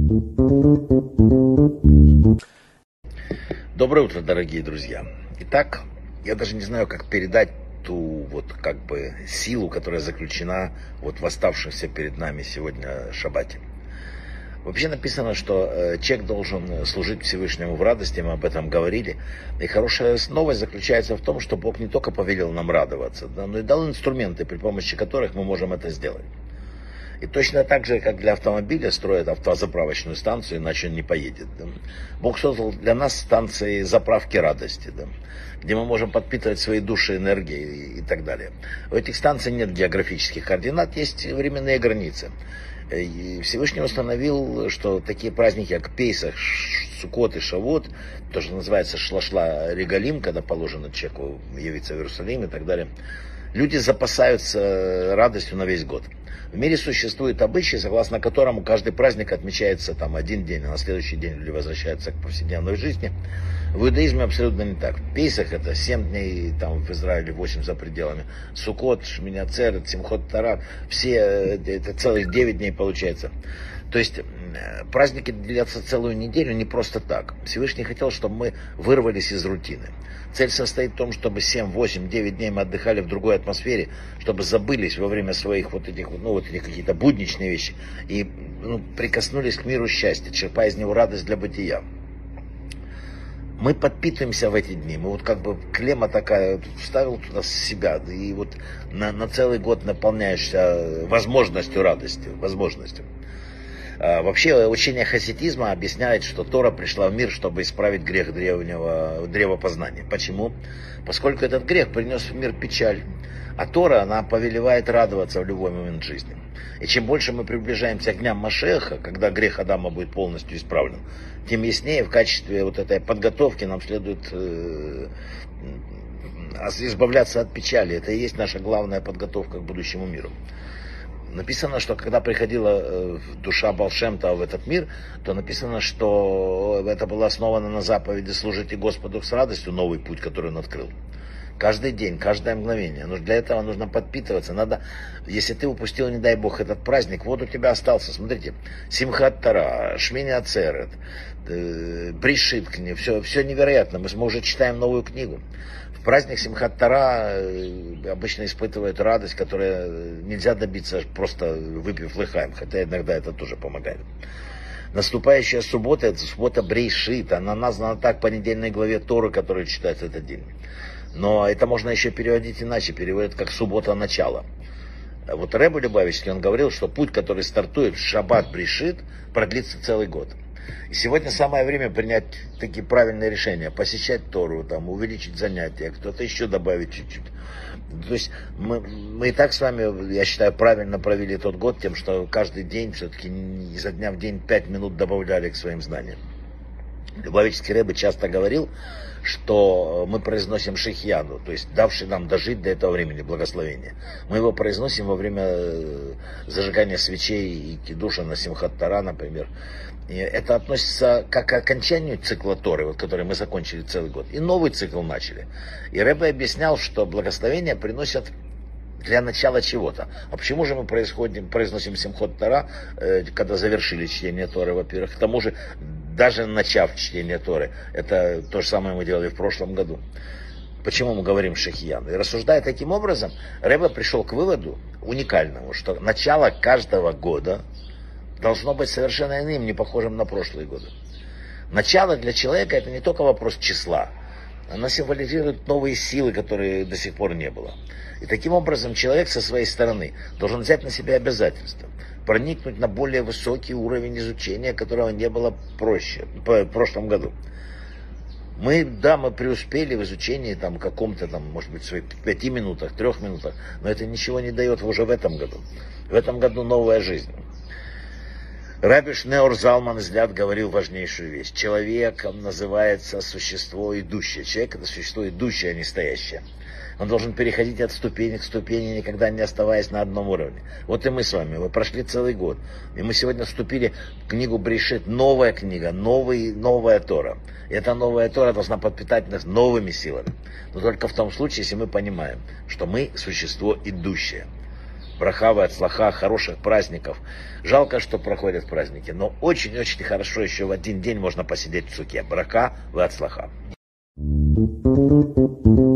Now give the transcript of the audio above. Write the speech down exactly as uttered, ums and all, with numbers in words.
Доброе утро, дорогие друзья. Итак, я даже не знаю, как передать ту вот как бы силу, которая заключена вот в оставшемся перед нами сегодня шаббате. Вообще написано, что э, человек должен служить Всевышнему в радости, мы об этом говорили. И хорошая новость заключается в том, что Бог не только повелел нам радоваться, да, но и дал инструменты, при помощи которых мы можем это сделать. И точно так же, как для автомобиля строят автозаправочную станцию, иначе он не поедет. Да. Бог создал для нас станции заправки радости, да, где мы можем подпитывать свои души энергией и, и так далее. У этих станций нет географических координат, есть временные границы. И Всевышний установил, что такие праздники, как Пейсах, Суккот и Шавот, то, что называется Шлашла Регалим, когда положено человеку явиться в Иерусалим и так далее, люди запасаются радостью на весь год. В мире существует обычай, согласно которому каждый праздник отмечается там один день, а на следующий день люди возвращаются к повседневной жизни. В иудаизме абсолютно не так. Пейсах это семь дней, там в Израиле восемь за пределами. Суккот, Шмини Ацерет, Симхот Тора, все, это целых девять дней получается. То есть праздники длятся целую неделю не просто так. Всевышний хотел, чтобы мы вырвались из рутины. Цель состоит в том, чтобы семь, восемь, девять дней мы отдыхали в другой атмосфере, чтобы забылись во время своих вот этих, ну, вот этих какие-то будничные вещи и ну, прикоснулись к миру счастья, черпая из него радость для бытия. Мы подпитываемся в эти дни. Мы вот как бы клемма такая, вставил туда себя, и вот на, на целый год наполняешься возможностью радости, возможностью. А, вообще учение хасидизма объясняет, что Тора пришла в мир, чтобы исправить грех древнего древопознания. Почему? Поскольку этот грех принес в мир печаль, а Тора, она повелевает радоваться в любой момент жизни. И чем больше мы приближаемся к дням Машеха, когда грех Адама будет полностью исправлен, тем яснее в качестве вот этой подготовки нам следует э, избавляться от печали. Это и есть наша главная подготовка к будущему миру. Написано, что когда приходила душа Баал Шем Това в этот мир, то написано, что это было основано на заповеди «Служите Господу с радостью», новый путь, который он открыл. Каждый день, каждое мгновение. Но для этого нужно подпитываться. Надо, если ты упустил, не дай Бог, этот праздник, вот у тебя остался. Смотрите, Симхат Тора, Шмини Ацерет, Бришит книга, все, все невероятно. Мы, мы уже читаем новую книгу. В праздник Симхат Тора обычно испытывают радость, которая нельзя добиться, просто выпив лыхаем, хотя иногда это тоже помогает. Наступающая суббота, это суббота Бришит, она названа так по недельной главе Торы, которая читается этот день. Но это можно еще переводить иначе, переводят как суббота начала. Вот Ребе Любавичский, он говорил, что путь, который стартует в шаббат Бришит, продлится целый год. И сегодня самое время принять такие правильные решения, посещать Тору, там, увеличить занятия, кто-то еще добавить чуть-чуть. То есть мы, мы и так с вами, я считаю, правильно провели тот год тем, что каждый день все-таки изо дня в день пять минут добавляли к своим знаниям. Любавичский Ребе часто говорил, что мы произносим шехьяну, то есть давший нам дожить до этого времени, благословение. Мы его произносим во время зажигания свечей и кидуша на Симхат Тора, например. И это относится как к окончанию цикла Торы, вот, который мы закончили целый год, и новый цикл начали. И Ребе объяснял, что благословения приносят для начала чего-то. А почему же мы происходим, произносим Симхот Тора, э, когда завершили чтение Торы, во-первых? К тому же, даже начав чтение Торы, это то же самое мы делали в прошлом году. Почему мы говорим шехьян? И рассуждая таким образом, Ребе пришел к выводу уникальному, что начало каждого года должно быть совершенно иным, не похожим на прошлые годы. Начало для человека это не только вопрос числа. Оно символизирует новые силы, которые до сих пор не было. И таким образом человек со своей стороны должен взять на себя обязательство, проникнуть на более высокий уровень изучения, которого не было проще, в прошлом году. Мы, да, мы преуспели в изучении там каком-то, там, может быть, в своих пяти минутах, трех минутах, но это ничего не дает уже в этом году. В этом году новая жизнь. Раби Шнеор Залман Зляд говорил важнейшую вещь. Человеком называется существо идущее. Человек это существо идущее, а не стоящее. Он должен переходить от ступени к ступени, никогда не оставаясь на одном уровне. Вот и мы с вами. Мы прошли целый год. И мы сегодня вступили в книгу Бришит. Новая книга, новый, новая Тора. И эта новая Тора должна подпитать нас новыми силами. Но только в том случае, если мы понимаем, что мы существо идущее. браха ве ацлаха, хороших праздников. Жалко, что проходят праздники, но очень-очень хорошо еще в один день можно посидеть в суке. Браха ве ацлаха.